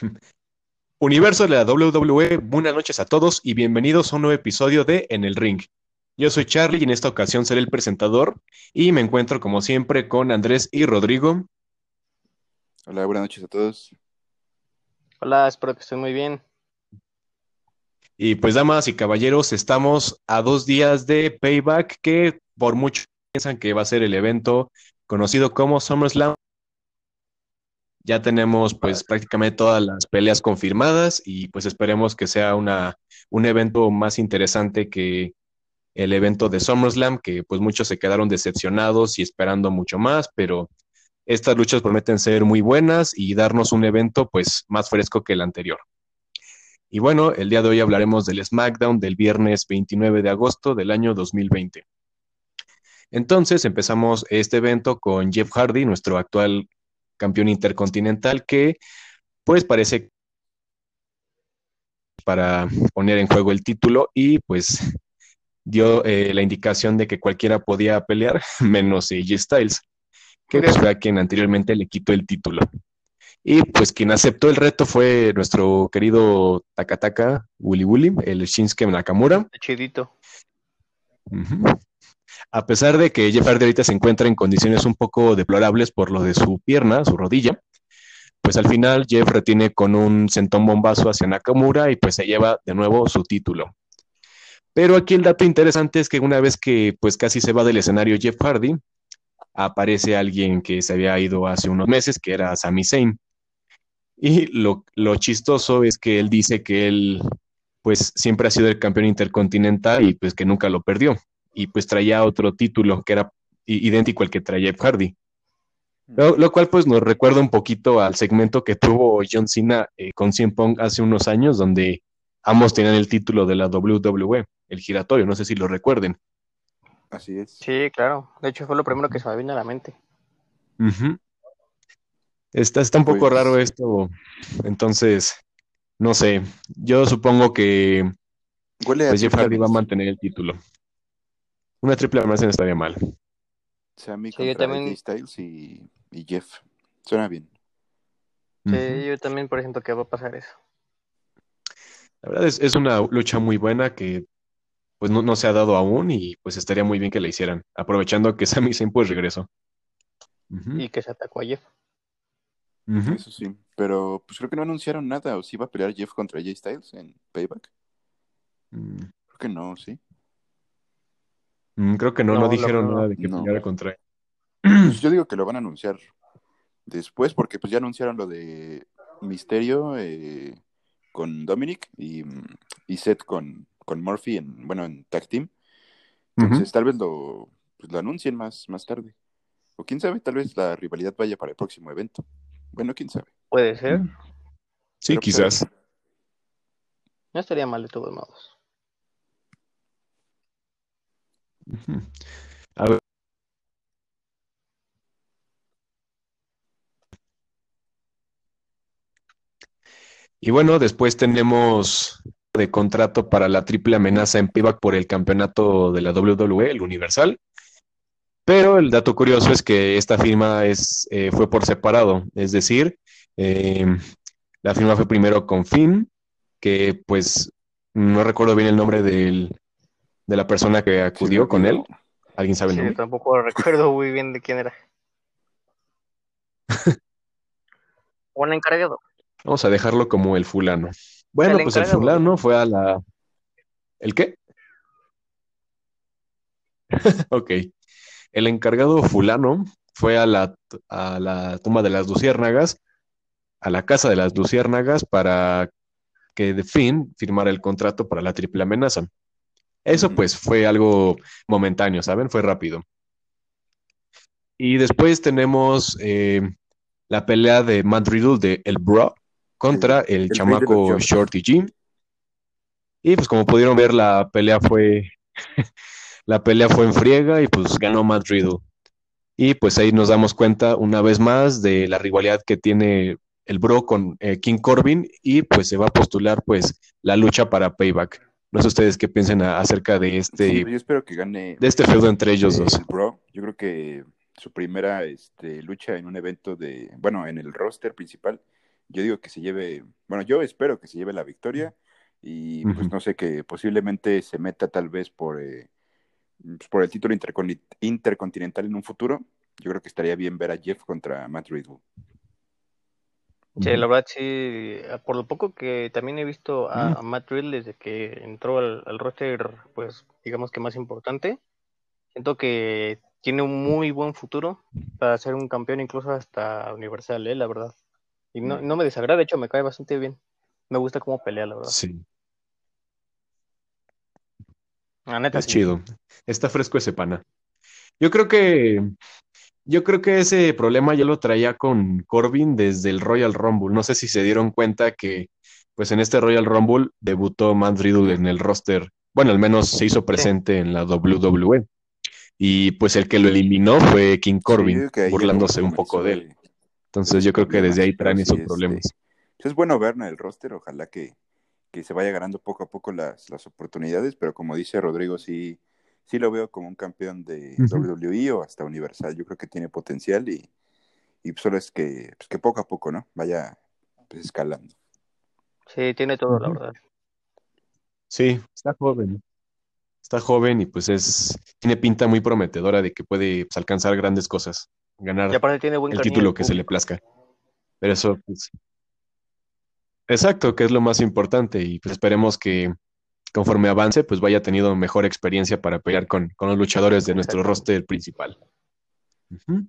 Universo de la WWE, buenas noches a todos y bienvenidos a un nuevo episodio de En el Ring. Yo soy Charlie y en esta ocasión seré el presentador y me encuentro como siempre con Andrés y Rodrigo. Hola, buenas noches a todos. Hola, espero que estén muy bien. Y pues damas y caballeros, estamos a 2 días de Payback que por muchos piensan que va a ser el evento conocido como SummerSlam. Ya tenemos pues prácticamente todas las peleas confirmadas y pues esperemos que sea un evento más interesante que el evento de SummerSlam, que pues muchos se quedaron decepcionados y esperando mucho más, pero estas luchas prometen ser muy buenas y darnos un evento pues más fresco que el anterior. Y bueno, el día de hoy hablaremos del SmackDown del viernes 29 de agosto del año 2020. Entonces empezamos este evento con Jeff Hardy, nuestro actual campeón intercontinental, que pues parece para poner en juego el título y pues dio la indicación de que cualquiera podía pelear, menos AJ Styles, que pues fue a quien anteriormente le quitó el título. Y pues quien aceptó el reto fue nuestro querido Takataka Willy Willy, el Shinsuke Nakamura. Chidito. Uh-huh. A pesar de que Jeff Hardy ahorita se encuentra en condiciones un poco deplorables por lo de su pierna, su rodilla, pues al final Jeff retiene con un sentón bombazo hacia Nakamura y pues se lleva de nuevo su título. Pero aquí el dato interesante es que una vez que pues casi se va del escenario Jeff Hardy, aparece alguien que se había ido hace unos meses, que era Sami Zayn. Y lo chistoso es que él dice que él pues siempre ha sido el campeón intercontinental y pues que nunca lo perdió. Y pues traía otro título que era idéntico al que traía Jeff Hardy. Lo cual pues nos recuerda un poquito al segmento que tuvo John Cena con CM Punk hace unos años, donde ambos tenían el título de la WWE, el giratorio, no sé si lo recuerden. Así es. Sí, claro. De hecho, fue lo primero que se me vino a la mente. Uh-huh. Está un poco raro Pues esto, entonces, no sé, yo supongo que huele a pues Jeff triple Hardy va a amenaza. mantener el título. Una triple amenaza no estaría mal. Sammy Sí, yo contra AJ también, Styles y Jeff. Suena bien. Uh-huh. sí, yo también por ejemplo que va a pasar eso. La verdad es una lucha muy buena que pues no se ha dado aún y pues estaría muy bien que la hicieran, aprovechando que Sami Zayn pues regresó. Uh-huh. Y que se atacó a Jeff. Uh-huh. Eso sí. Pero pues creo que no anunciaron nada. ¿O si iba a pelear Jeff contra AJ Styles en Payback? Mm, Creo que no, ¿sí? creo que no No, lo dijeron creo nada no. de que No. peleara contra él. Pues yo digo que lo van a anunciar después porque pues ya anunciaron lo de Misterio con Dominic y Seth con Murphy en Tag Team. Uh-huh. Entonces tal vez pues, lo anuncien más tarde. O quién sabe, tal vez la rivalidad vaya para el próximo evento. Bueno, quién sabe. Puede ser. Sí, Pero pues a ver. quizás. No estaría mal de todos modos. Uh-huh. A ver, y bueno, después tenemos de contrato para la triple amenaza en Payback por el campeonato de la WWE, el Universal. Pero el dato curioso es que esta firma fue por separado, es decir, eh, la firma fue primero con Finn, que pues no recuerdo bien el nombre de la persona que Se me acudió con él. olvidó. ¿Alguien sabe el Sí, yo nombre? tampoco recuerdo muy bien de quién era. Un encargado. Vamos a dejarlo como el fulano. El Bueno, pues el encargado, fulano digamos. fue a la... ¿El qué? Ok. El encargado fulano fue a la tumba de las luciérnagas, a la casa de las luciérnagas para que de Finn firmara el contrato para la triple amenaza. Eso Ujú. pues fue algo momentáneo, ¿saben? Fue rápido. Y después tenemos la pelea de Matt Riddle de El Bro contra el El rey de los chamaco jokes. Shorty G. Y pues como pudieron ver, la pelea fue en friega y pues ganó Matt Riddle. Y pues ahí nos damos cuenta una vez más de la rivalidad que tiene el Bro con King Corbin y pues se va a postular pues la lucha para Payback. No sé ustedes qué piensen acerca de Sí, este, pues yo espero que gane de este feudo entre ellos dos. el Bro. Yo creo que su primera lucha en un evento bueno, en el roster principal yo digo que se lleve, bueno, yo espero que se lleve la victoria y pues Ujú. no sé, que posiblemente se meta tal vez pues, por el título intercontinental en un futuro. Yo creo que estaría bien ver a Jeff contra Matt Riddle. Sí, Ujú. la verdad sí, por lo poco que también he visto Mm. a Matt Riddle desde que entró al roster, pues digamos que más importante, siento que tiene un muy buen futuro para ser un campeón incluso hasta universal, la verdad. Y no Ujú. me desagrada, de hecho me cae bastante bien. Me gusta cómo pelea, la verdad. Sí, La neta es sí. chido. Está fresco ese pana. Yo creo que, yo creo que ese problema ya lo traía con Corbin desde el Royal Rumble. No sé si se dieron cuenta que, pues en este Royal Rumble debutó Matt Riddle en el roster. Bueno, al menos se hizo Sí, presente en la WWE. Y pues el que lo eliminó fue King Sí, yo Corbin, digo que ahí ya como que burlándose un poco comenzó de él. Entonces esos yo creo que desde problemas, ahí pero traen sí, esos problemas. pues es bueno ver en el roster, ojalá que se vaya ganando poco a poco las oportunidades, pero como dice Rodrigo, sí, sí lo veo como un campeón de Ujú. WWE o hasta Universal, yo creo que tiene potencial y solo es pues que poco a poco, ¿no? Vaya pues, escalando. sí, tiene todo, la Ujú. verdad. Sí, está joven. Está joven y pues tiene pinta muy prometedora de que puede pues, alcanzar grandes cosas, Y ganar aparte tiene buen el cariño del título que se le público. plazca. Pero eso, pues, exacto, que es lo más importante y pues esperemos que conforme avance, pues vaya teniendo mejor experiencia para pelear con los luchadores de nuestro Exacto. roster principal. Ujú.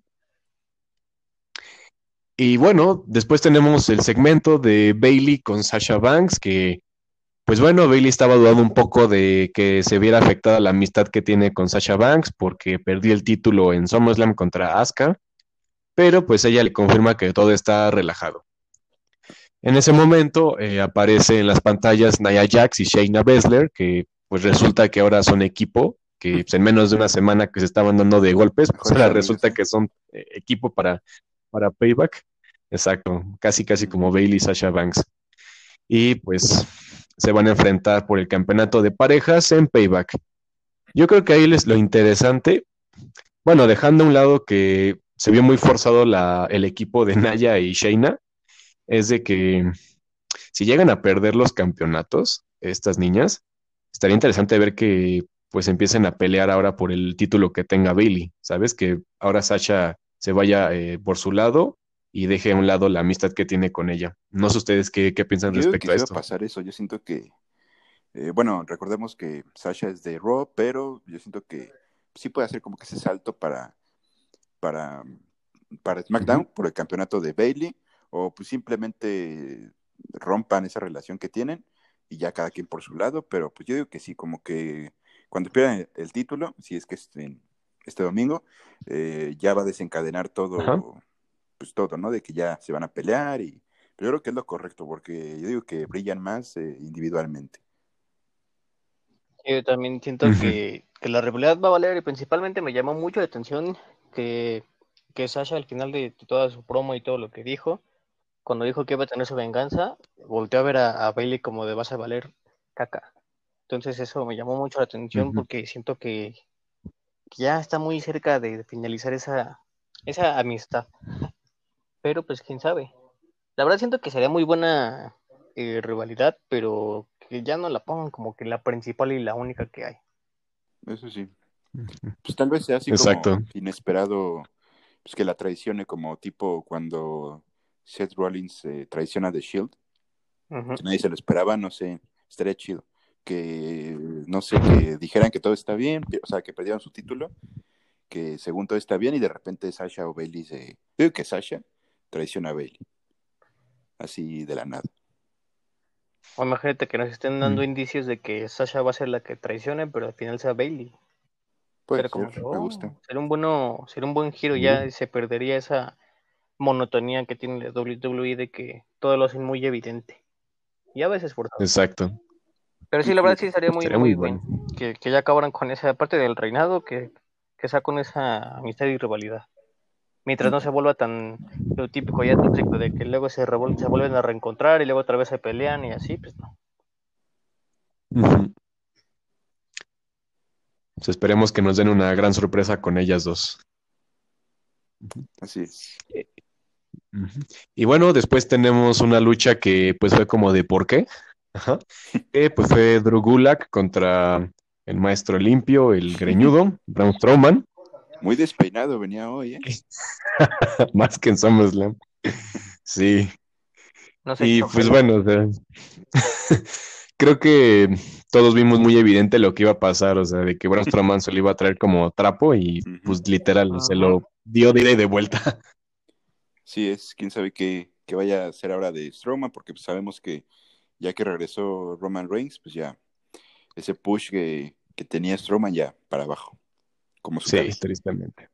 Y bueno, después tenemos el segmento de Bailey con Sasha Banks, que pues bueno, Bailey estaba dudando un poco de que se viera afectada la amistad que tiene con Sasha Banks porque perdió el título en SummerSlam contra Asuka, pero pues ella le confirma que todo está relajado. En ese momento aparece en las pantallas Nia Jax y Shayna Baszler, que pues resulta que ahora son equipo, que pues, en menos de una semana que se estaban dando de golpes, pues Mejores ahora amigas, resulta ¿eh? que son equipo para Payback. Exacto, casi casi como Ujú. Bailey y Sasha Banks. Y pues se van a enfrentar por el campeonato de parejas en Payback. Yo creo que ahí es lo interesante, bueno, dejando a un lado que se vio muy forzado el equipo de Naya y Shayna, es de que si llegan a perder los campeonatos, estas niñas, estaría interesante ver que pues empiecen a pelear ahora por el título que tenga Bailey, ¿sabes? Que ahora Sasha se vaya por su lado y deje a un lado la amistad que tiene con ella. No sé ustedes qué piensan Yo digo que respecto a sí va a esto. pasar eso, yo siento que, bueno, recordemos que Sasha es de Raw, pero yo siento que sí puede hacer como que ese salto para, para SmackDown Ujú. por el campeonato de Bailey, o pues simplemente rompan esa relación que tienen y ya cada quien por su lado, pero pues yo digo que sí, como que cuando pierdan el título, si es que este domingo, ya va a desencadenar Ajá. todo, pues todo, ¿no? De que ya se van a pelear pero yo creo que es lo correcto, porque yo digo que brillan más individualmente. Yo también siento Ujú. que la rivalidad va a valer y principalmente me llamó mucho la atención que, que Sasha al final de toda su promo y todo lo que dijo, cuando dijo que iba a tener su venganza, volteó a ver a Bailey como de vas a valer caca. Entonces eso me llamó mucho la atención Ujú. porque siento que ya está muy cerca de finalizar esa amistad. Pero pues quién sabe. La verdad siento que sería muy buena rivalidad, pero que ya no la pongan como que la principal y la única que hay. Eso sí. Ujú. Pues tal vez sea así Exacto. como inesperado, pues que la traicione como tipo cuando Seth Rollins traiciona a The Shield, Ujú. que nadie se lo esperaba, no sé, estaría chido. Que, no sé, que dijeran que todo está bien, o sea, que perdieron su título, que según todo está bien y de repente Sasha o Bailey digo que Sasha traiciona a Bailey, así de la nada. O imagínate que nos estén dando Mm. indicios de que Sasha va a ser la que traicione, pero al final sea Bailey. Puede Pero ser, como que, me gusta. sería un buen giro, Uh, ya se perdería esa monotonía que tiene la WWE de que todo lo hacen muy evidente. Y a veces forzado. exacto. Pero sí, Sí, la verdad fíjate. sí estaría muy, Sería muy muy bien bueno. que ya acabaran con esa parte del reinado, que sea con esa amistad y rivalidad. Mientras no se vuelva tan lo típico ya tóxico de que luego se vuelven a reencontrar y luego otra vez se pelean y así, pues no. Ujú. Pues esperemos que nos den una gran sorpresa con ellas dos. Ujú. Así es. Ujú. Y bueno, después tenemos una lucha que pues fue como de ¿por qué? Ajá. Que pues fue Drew Gulak contra el Maestro Limpio, el greñudo, Braun Strowman, Muy despeinado venía hoy, ¿eh? más que en SummerSlam. Sí, No se y echó pues gel. bueno, o sea, creo que todos vimos muy evidente lo que iba a pasar, o sea, de que Braun Strowman se lo iba a traer como trapo y Ujú. pues literal, se Ajá. lo dio de ida y de vuelta. Sí, quién sabe qué vaya a hacer ahora de Strowman, porque pues, sabemos que ya que regresó Roman Reigns, pues ya ese push que tenía Strowman ya para abajo, como su Sí, cabeza. tristemente.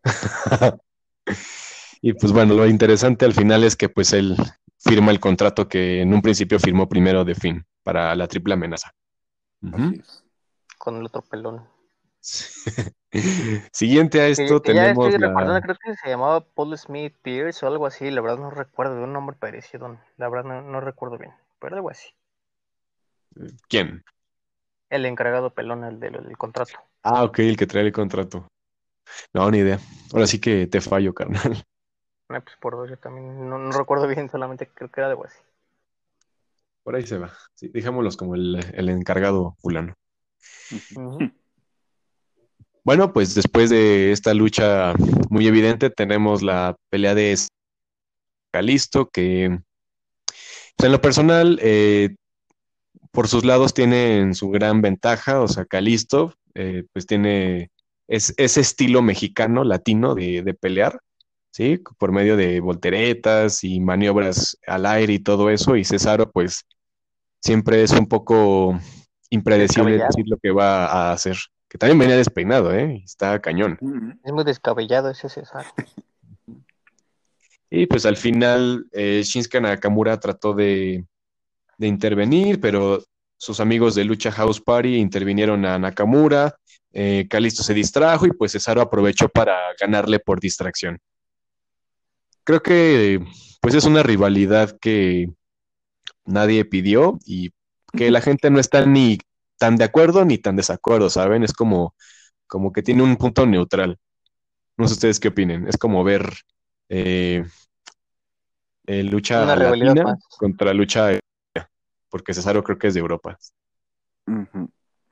Y pues bueno, lo interesante al final es que pues él firma el contrato que en un principio firmó primero de Finn para la triple amenaza. Así Ujú. es. Con el otro pelón. Siguiente a esto Que ya tenemos estoy la... recordando, creo que se llamaba Paul Smith Pierce o algo así, la verdad no recuerdo, de un nombre parecido, la verdad no recuerdo bien, pero algo así. ¿Quién? El encargado pelón, del contrato. Ah, ok, el que trae el contrato. No, ni idea. Ahora sí que te fallo, carnal. Pues por dos, yo también no recuerdo bien, solamente creo que era algo así. Por ahí se va. Sí, dejémoslos como el encargado fulano. Ujú. Bueno, pues después de esta lucha muy evidente, tenemos la pelea de Calisto, que pues, en lo personal, por sus lados tienen su gran ventaja, o sea, Calisto, pues tiene ese estilo mexicano, latino de pelear, ¿sí? Por medio de volteretas y maniobras al aire y todo eso, y Cesaro, pues siempre es un poco impredecible Descabellado. decir lo que va a hacer, que también venía despeinado, ¿eh? Está cañón. Ujú. Es muy descabellado ese Cesaro. Y pues al final Shinsuke Nakamura trató de intervenir, pero sus amigos de Lucha House Party intervinieron a Nakamura, Kalisto se distrajo y pues Cesaro aprovechó para ganarle por distracción. Creo que pues es una rivalidad que nadie pidió y que la gente no está ni tan de acuerdo ni tan desacuerdo, ¿saben? Es como que tiene un punto neutral. No sé ustedes qué opinen. Es como ver eh, Una lucha rivalidad latina más. contra lucha, porque Cesaro creo que es de Europa. Ujú.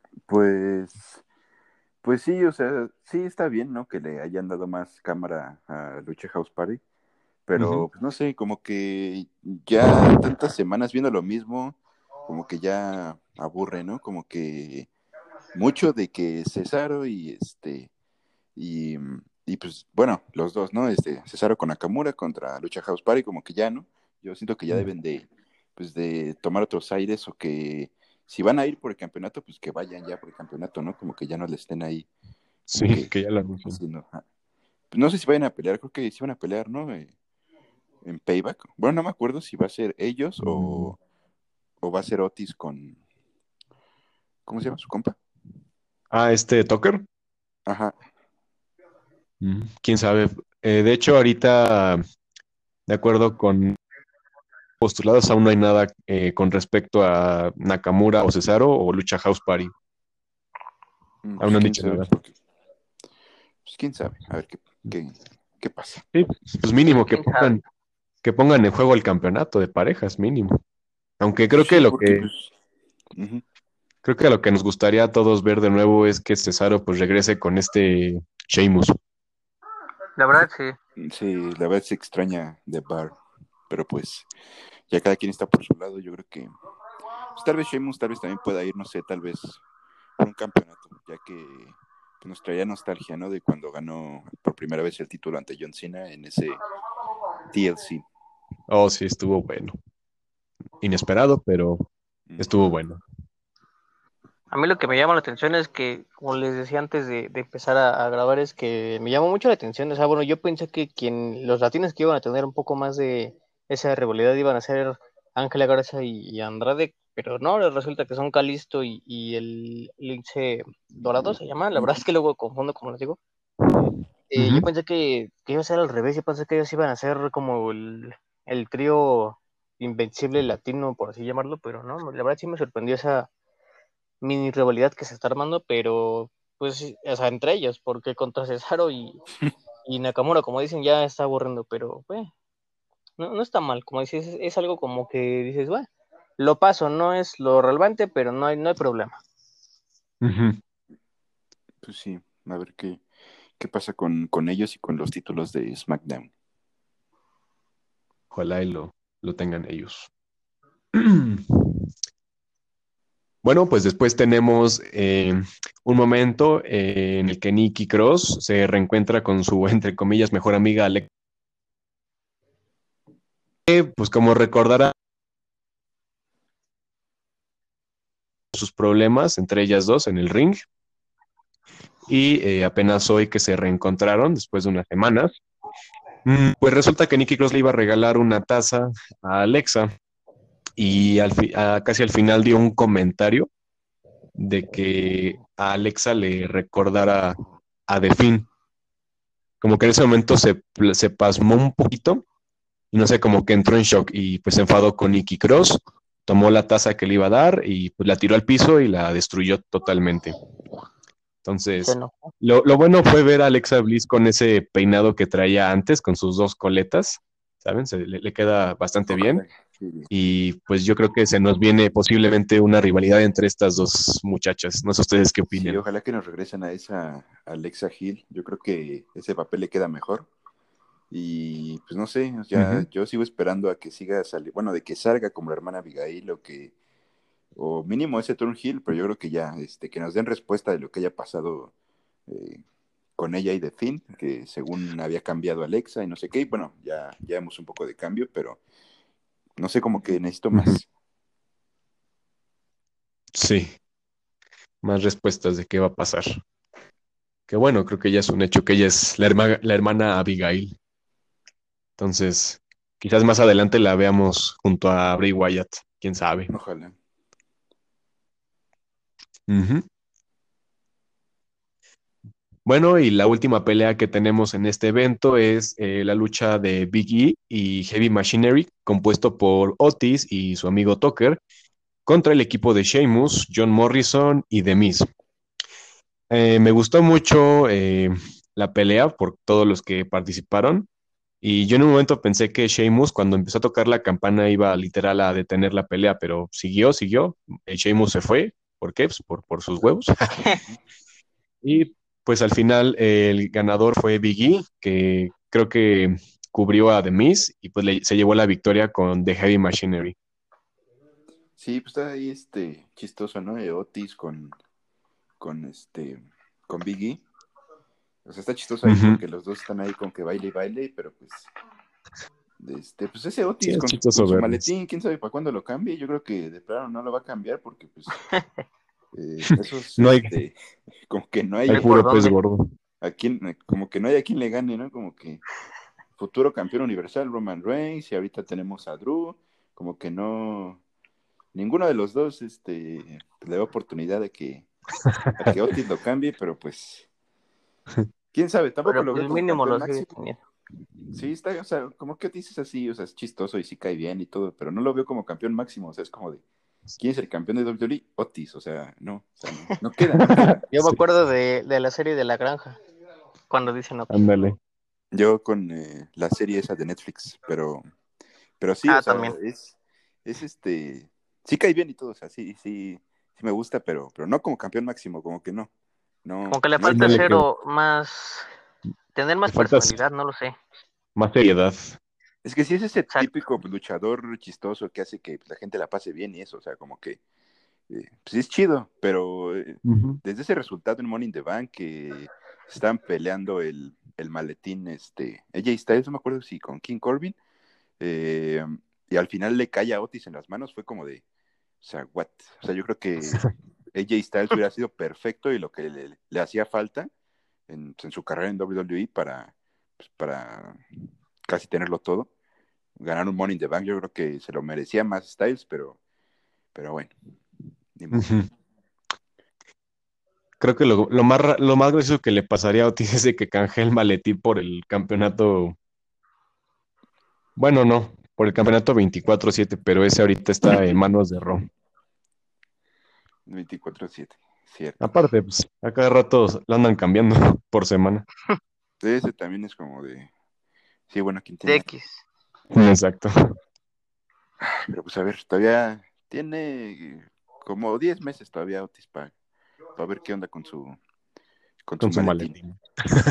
Pues, pues sí, o sea, sí está bien, ¿no? Que le hayan dado más cámara a Lucha House Party, Ujú. pero pues, no sé, como que ya tantas semanas viendo lo mismo, como que ya aburre, ¿no? Como que mucho de que Cesaro y, y pues bueno, los dos, ¿no? Cesaro con Nakamura contra Lucha House Party, como que ya, ¿no? Yo siento que ya deben pues de tomar otros aires o que si van a ir por el campeonato, pues que vayan ya por el campeonato, ¿no? Como que ya no le estén ahí, como Sí, que que ya lo anuncian. haciendo. Pues no sé si vayan a pelear, creo que sí van a pelear, ¿no? En Payback. Bueno, no me acuerdo si va a ser ellos Mm. o va a ser Otis con, ¿cómo se llama su compa? Ah, este Tucker. Ajá. Quién sabe. De hecho, ahorita, de acuerdo con postulados, aún no hay nada con respecto a Nakamura o Cesaro o Lucha House Party. Aún Pues no han quién dicho sabe, nada. porque, pues quién sabe, a ver qué, qué pasa. Sí, pues mínimo ¿Quién sabe? que pongan en juego el campeonato de parejas, mínimo. Aunque Pues sí, porque pues, ujú. creo que lo que nos gustaría a todos ver de nuevo es que Cesaro pues regrese con este Sheamus. La verdad sí. Sí, la verdad se extraña de Bar, pero pues ya cada quien está por su lado, yo creo que pues, tal vez Sheamus tal vez también pueda ir, no sé, tal vez por un campeonato, ya que pues, nos traía nostalgia, ¿no? De cuando ganó por primera vez el título ante John Cena en ese TLC. Oh, sí, estuvo bueno. Inesperado, pero estuvo Ujú. bueno. A mí lo que me llama la atención es que, como les decía antes de empezar a grabar, es que me llamó mucho la atención. O sea, bueno, yo pensé que los latinos que iban a tener un poco más de esa rivalidad iban a ser Ángela Garza y Andrade, pero no, resulta que son Calisto y el Lince Dorado se llama. La verdad es que luego confundo, como les digo. Yo Ujú. pensé que iba a ser al revés, yo pensé que ellos iban a ser como el trío invencible latino, por así llamarlo, pero no, la verdad sí me sorprendió esa mini rivalidad que se está armando, pero pues, sí, o sea, entre ellos, porque contra Cesaro y Nakamura, como dicen, ya está aburriendo, pero no está mal, como dices, es algo como que dices, bueno, lo paso, no es lo relevante, pero no hay problema. Ujú. Pues sí, a ver qué pasa con ellos y con los títulos de SmackDown. Ojalá y lo tengan ellos. Bueno, pues después tenemos un momento en el que Nikki Cross se reencuentra con su, entre comillas, mejor amiga Alexa. Pues como recordará sus problemas entre ellas dos en el ring y apenas hoy que se reencontraron después de unas semanas, pues resulta que Nikki Cross le iba a regalar una taza a Alexa y casi al final dio un comentario de que a Alexa le recordara a The Finn. Como que en ese momento se pasmó un poquito y no sé, como que entró en shock y pues se enfadó con Nikki Cross, tomó la taza que le iba a dar y pues la tiró al piso y la destruyó totalmente. Se Entonces, enojó. lo bueno fue ver a Alexa Bliss con ese peinado que traía antes, con sus dos coletas, ¿saben? Le queda bastante bien. Ojalá. Sí, Y pues yo creo que se nos viene posiblemente una rivalidad entre estas dos muchachas. No sé ustedes qué sí, opinen. ojalá que nos regresen a esa Alexa Hill. Yo creo que ese papel le queda mejor. Y pues no sé, ya Ujú, yo sigo esperando a que siga saliendo, bueno, de que salga como la hermana Abigail o mínimo ese Hill, pero yo creo que ya, que nos den respuesta de lo que haya pasado eh, con ella y de Finn, que según había cambiado Alexa y no sé qué, y bueno, ya vemos un poco de cambio, pero no sé, como que necesito ujú. más. Sí, más respuestas de qué va a pasar. Que bueno, creo que ya es un hecho que ella es la hermana Abigail. Entonces, quizás más adelante la veamos junto a Bray Wyatt, quién sabe. Ojalá. Ujú. Bueno, y la última pelea que tenemos en este evento es la lucha de Big E y Heavy Machinery, compuesto por Otis y su amigo Tucker, contra el equipo de Sheamus, John Morrison y The Miz. Me gustó mucho la pelea por todos los que participaron. Y yo en un momento pensé que Sheamus, cuando empezó a tocar la campana, iba literal a detener la pelea, pero siguió. Sheamus se fue. ¿Por qué? Pues por sus huevos. Ujú. Y pues al final el ganador fue Big E, que creo que cubrió a The Miz y pues se llevó la victoria con The Heavy Machinery. Sí, pues está ahí chistoso, ¿no? Otis con con Big E. O sea, está chistoso ahí Ujú. porque los dos están ahí con que baile y baile, pero pues ese Sí, Otis es con chistoso su verlos. maletín, quién sabe para cuándo lo cambie. Yo creo que de plano no lo va a cambiar porque, pues, esos, No hay, como que no No hay hay hay por puro pez dónde. gordo. como que no hay a quien le gane, ¿no? Como que futuro campeón universal Roman Reigns y ahorita tenemos a Drew, como que no, ninguno de los dos, le da oportunidad a que Otis lo cambie, pero pues, quién sabe, tampoco Pero lo veo pues como mínimo campeón lo sigue máximo. teniendo. Sí, está, o sea, como que Otis es así, o sea, es chistoso y sí cae bien y todo, pero no lo veo como campeón máximo, o sea, es como de, ¿quién es el campeón de WWE? Otis, o sea, no queda, no queda. Yo me Sí, acuerdo de la serie de La Granja, cuando dicen Otis. ándale. Yo con la serie esa de Netflix, pero sí, o Ah, sea, también. es sí cae bien y todo, o sea, sí me gusta, pero no como campeón máximo, como que Como que le no hay falta Ándale, nada. que cero más, tener le más falta personalidad, no lo sé. más seriedad. Es que sí es ese Exacto. típico luchador chistoso que hace que pues, la gente la pase bien y eso, o sea, como que pues sí es chido, pero Ujú. desde ese resultado en Money in the Bank que estaban peleando el maletín, AJ Styles, no me acuerdo si con King Corbin, eh, y al final le cae a Otis en las manos, fue como de, o sea, what? O sea, yo creo que AJ Styles hubiera sido perfecto y lo que le hacía falta en su carrera en WWE para casi tenerlo todo, ganar un Money in the Bank, yo creo que se lo merecía más Styles, pero bueno, ni modo. Ujú. Creo que lo más gracioso que le pasaría a Otis es de que canjee el maletín por el campeonato. Bueno, no, por el campeonato 24/7, pero ese ahorita está en manos de Raw. 24/7, cierto. Aparte, pues a cada rato lo andan cambiando por semana. Ese también es como de, sí, bueno, ¿quién De tiene? X. Exacto. Pero pues a ver, todavía tiene como 10 meses todavía Otis para ver qué onda con Con su su maletín. maletín.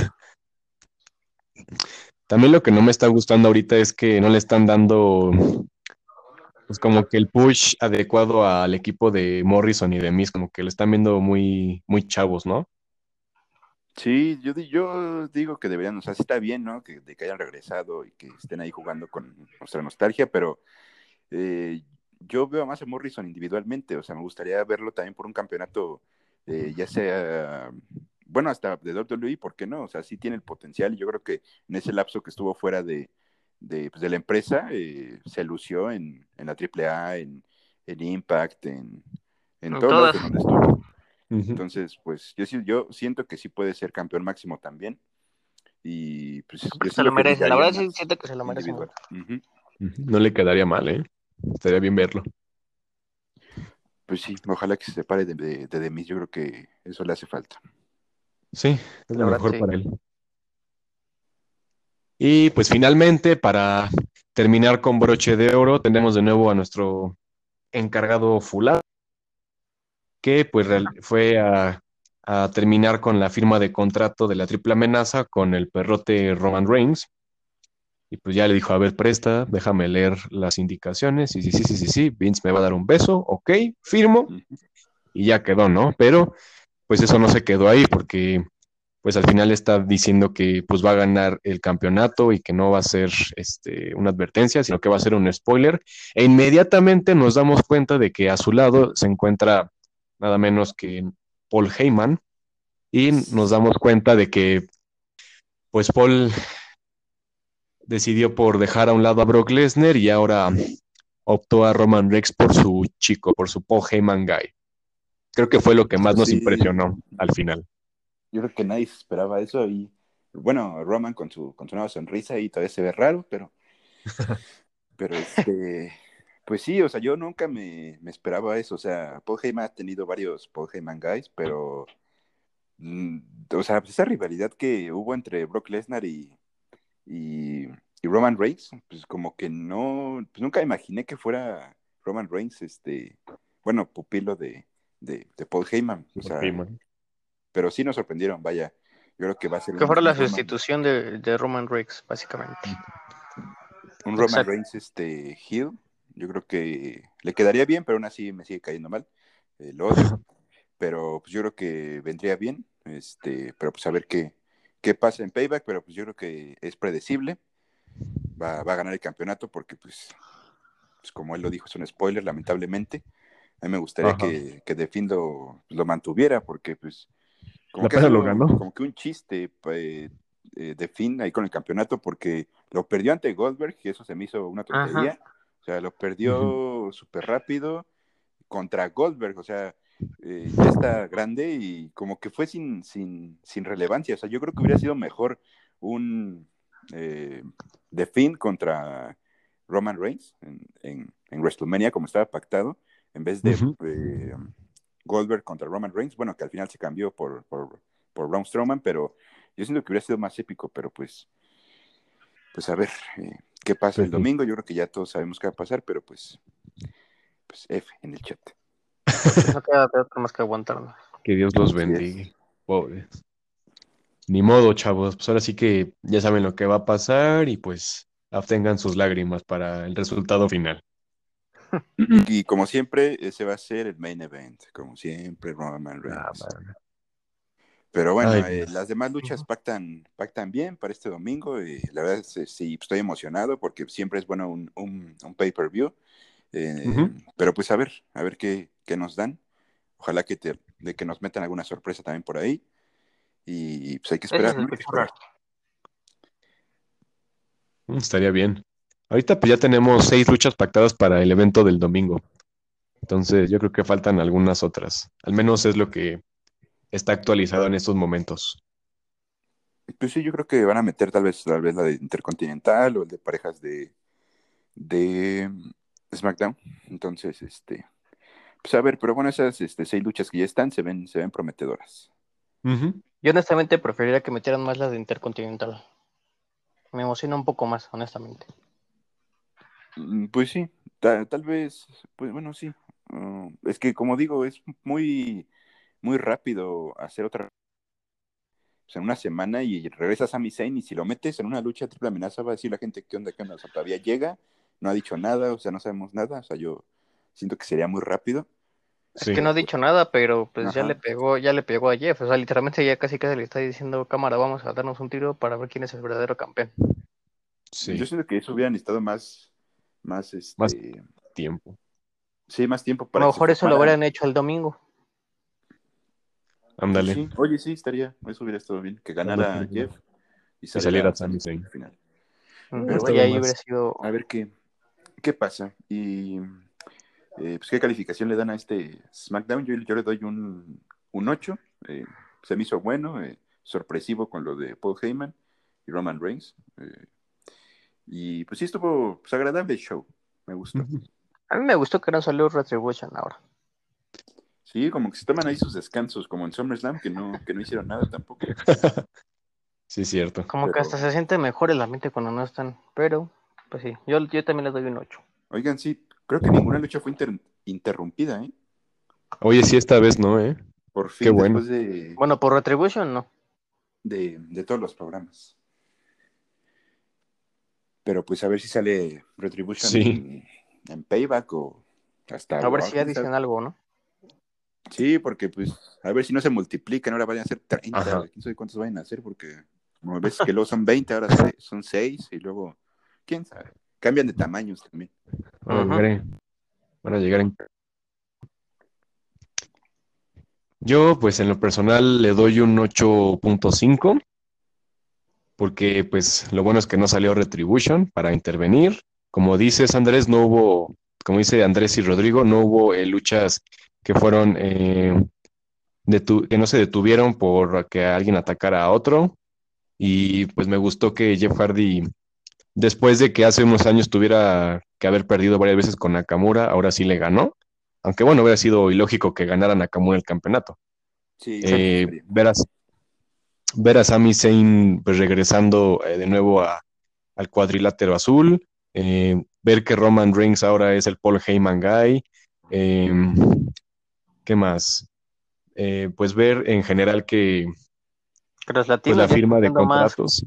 También lo que no me está gustando ahorita es que no le están dando, pues como que el push adecuado al equipo de Morrison y de Miz, como que lo están viendo muy, muy chavos, ¿no? Sí, yo digo que deberían, o sea, sí está bien, ¿no? De que hayan regresado y que estén ahí jugando con nuestra nostalgia, pero eh, yo veo más a Morrison individualmente, o sea, me gustaría verlo también por un campeonato, ya sea, bueno, hasta de WWE, ¿por qué no? O sea, sí tiene el potencial y yo creo que en ese lapso que estuvo fuera pues, de la empresa, se lució en la AAA, en Impact, en En todos lados todas. en donde estuvo. Ujú. Entonces, pues yo siento que sí puede ser campeón máximo también. Y pues yo Se lo siento que merece. La brillaría verdad sí más siento que se lo merece individual. mucho. Ujú. Ujú. No le quedaría mal, ¿eh? Estaría bien verlo. Pues sí, ojalá que se separe de Demis. Yo creo que eso le hace falta. Sí, es La lo verdad mejor sí. para él. Y pues finalmente, para terminar con broche de oro, tenemos de nuevo a nuestro encargado Fulano, que pues fue a terminar con la firma de contrato de la triple amenaza con el perrote Roman Reigns. Y pues ya le dijo, a ver, presta, déjame leer las indicaciones. Y sí, sí, sí, sí, sí, Vince me va a dar un beso, ok, firmo, Ujú. y ya quedó, ¿no? Pero pues eso no se quedó ahí, porque pues al final está diciendo que pues va a ganar el campeonato y que no va a ser una advertencia, sino que va a ser un spoiler. E inmediatamente nos damos cuenta de que a su lado se encuentra nada menos que Paul Heyman y nos damos cuenta de que pues Paul decidió por dejar a un lado a Brock Lesnar y ahora optó a Roman Reigns por su chico, por su Paul Heyman guy. Creo que fue lo que más Pues nos sí, impresionó al final. yo creo que nadie se esperaba eso. Y bueno, Roman con su nueva sonrisa y todavía se ve raro, pero pues sí, o sea, yo nunca me esperaba eso. O sea, Paul Heyman ha tenido varios Paul Heyman guys, pero, mm, o sea, pues esa rivalidad que hubo entre Brock Lesnar y, y Roman Reigns, pues como que no, pues nunca imaginé que fuera Roman Reigns, bueno, pupilo de Paul Heyman, o Paul sea, Heyman. pero sí nos sorprendieron, vaya, yo creo que va a ser Que fuera la Roman, sustitución de Roman Reigns, básicamente. un Roman Exacto. Reigns, heel, yo creo que le quedaría bien, pero aún así me sigue cayendo mal, lo odio, pero pues yo creo que vendría bien, pero pues a ver qué pasa en Payback, pero pues yo creo que es predecible, va a ganar el campeonato porque pues como él lo dijo, es un spoiler, lamentablemente. A mí me gustaría Ajá. que The Fiend lo mantuviera, porque pues como La que ha pena lo sido ganó. como que un chiste The Fiend ahí con el campeonato, porque lo perdió ante Goldberg, y eso se me hizo una Ajá. tontería. O sea, lo Ujú. perdió súper rápido contra Goldberg, o sea, ya está grande y como que fue sin relevancia. O sea, yo creo que hubiera sido mejor un The Fiend contra Roman Reigns en WrestleMania, como estaba pactado, en vez de Ujú. Goldberg contra Roman Reigns. Bueno, que al final se cambió por Braun Strowman, pero yo siento que hubiera sido más épico, pero pues a ver qué pasa el Pues sí, domingo. Yo creo que ya todos sabemos qué va a pasar, pero pues F en el chat. Pues no queda de otra más que aguantarlo. que Dios los Así es. bendiga. Pobres. Ni modo, chavos. Pues ahora sí que ya saben lo que va a pasar y pues abstengan sus lágrimas para el resultado final. Y como siempre, ese va a ser el main event, como siempre, Roman Ah, Reigns. man. Pero Ay, bueno, Dios. las demás luchas pactan bien para este domingo. La verdad es sí, estoy emocionado porque siempre es bueno un pay-per-view. Ujú. Pero pues a ver qué nos dan. Ojalá de que nos metan alguna sorpresa también por ahí. Y pues hay que Eso esperar, se ¿no? Hay que escuchó esperar. raro. Estaría bien. Ahorita pues ya tenemos 6 luchas pactadas para el evento del domingo. Entonces yo creo que faltan algunas otras. Al menos es lo que está actualizado en estos momentos. Pues sí, yo creo que van a meter tal vez la de Intercontinental o el de parejas de SmackDown. Entonces, pues a ver, pero bueno, esas 6 luchas que ya están se ven prometedoras. Ujú. Yo honestamente preferiría que metieran más la de Intercontinental. Me emociona un poco más, honestamente. Pues sí, tal vez, pues bueno, sí. Es que como digo, es muy rápido hacer otra, o sea, en una semana y regresas a Sami Zayn y si lo metes en una lucha triple amenaza va a decir la gente qué onda, o sea, todavía llega, no ha dicho nada, o sea, no sabemos nada, o sea, yo siento que sería muy rápido, Es que Sí, no pero ha pues, dicho nada, pero pues ajá. ya le pegó a Jeff. O sea, literalmente ya casi casi le está diciendo, cámara, vamos a darnos un tiro para ver quién es el verdadero campeón. Yo sí, siento que eso hubiera necesitado más, más tiempo. sí, más tiempo A lo para que se mejor eso lo formara. hubieran hecho el domingo. Pues Ándale, sí, oye, sí, eso hubiera estado bien, que cuando ganara perdió Jeff y y saliera saliera Sami Sami Zayn Zayn. al final. Hubiera Pero Y estado bueno, ahí más. hubiera sido. a ver qué pasa. Y pues qué calificación le dan a este SmackDown. Yo le doy un 8. Se me hizo bueno, sorpresivo con lo de Paul Heyman y Roman Reigns. Y pues sí estuvo pues, agradable el show. Me gustó. Ujú. A mí me gustó que no salió Retribution ahora. Sí, como que se toman ahí sus descansos, como en SummerSlam, que no hicieron nada tampoco. Sí, cierto. Como que Pero, hasta se siente mejor el ambiente cuando no están. Pero, pues sí, yo también les doy un 8. oigan, sí, creo que ninguna lucha fue interrumpida, ¿eh? Oye, sí, esta vez no, ¿eh? Por Qué fin, bueno. después de, Bueno, por Retribution no. de todos los programas. Pero pues a ver si sale Retribution Sí, en Payback o hasta A ver Raw, si ya quién sabe. dicen algo, ¿no? Sí, porque pues a ver si no se multiplican, ahora vayan a ser 30, ajá. quién sabe cuántos vayan a hacer, porque como ves que luego son 20, ahora son 6 y luego, quién sabe, cambian de tamaños también. Van a Ujú. llegar van a llegar en... Yo, pues en lo personal, le doy un 8.5 porque pues lo bueno es que no salió Retribution para intervenir. Como dices, Andrés, no hubo, como dice Andrés y Rodrigo, no hubo luchas que fueron, que no se detuvieron por que alguien atacara a otro. Y pues me gustó que Jeff Hardy, después de que hace unos años tuviera que haber perdido varias veces con Nakamura, ahora sí le ganó. Aunque bueno, hubiera sido ilógico que ganara Nakamura el campeonato. Sí, yo tampoco quería. Ver a Sami Zayn pues, regresando de nuevo al cuadrilátero azul, ver que Roman Reigns ahora es el Paul Heyman Guy, eh, ¿qué más? Pues ver en general que Que los pues la latinos ya están firma de siendo más. contratos,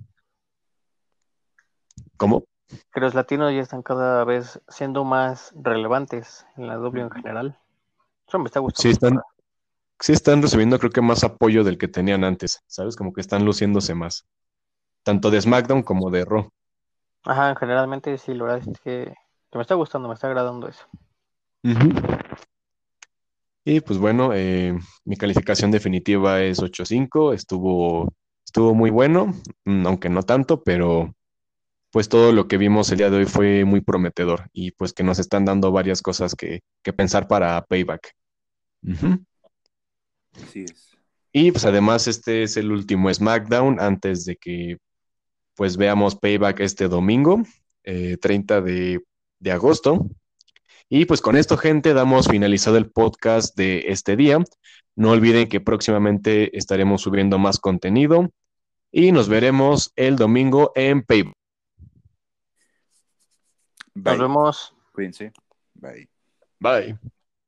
¿cómo? Que los latinos ya están cada vez siendo más relevantes en la W en Ujú. general. Eso me está Sí gustando, la están, verdad. sí están recibiendo creo que más apoyo del que tenían antes, ¿sabes? Como que están luciéndose más, tanto de Sí, SmackDown como de Raw. Ajá, generalmente sí, la verdad es que me está gustando, me está agradando eso. Ujú. Y pues bueno, mi calificación definitiva es 8.5. Estuvo muy bueno, aunque no tanto, pero pues todo lo que vimos el día de hoy fue muy prometedor y pues que nos están dando varias cosas que pensar para Payback. Ujú. así es. Y pues además este es el último SmackDown antes de que pues veamos Payback este domingo, 30 de agosto. Y pues con esto, gente, damos finalizado el podcast de este día. No olviden que próximamente estaremos subiendo más contenido y nos veremos el domingo en Payback. Nos Bye, vemos. cuídense, bye. Bye.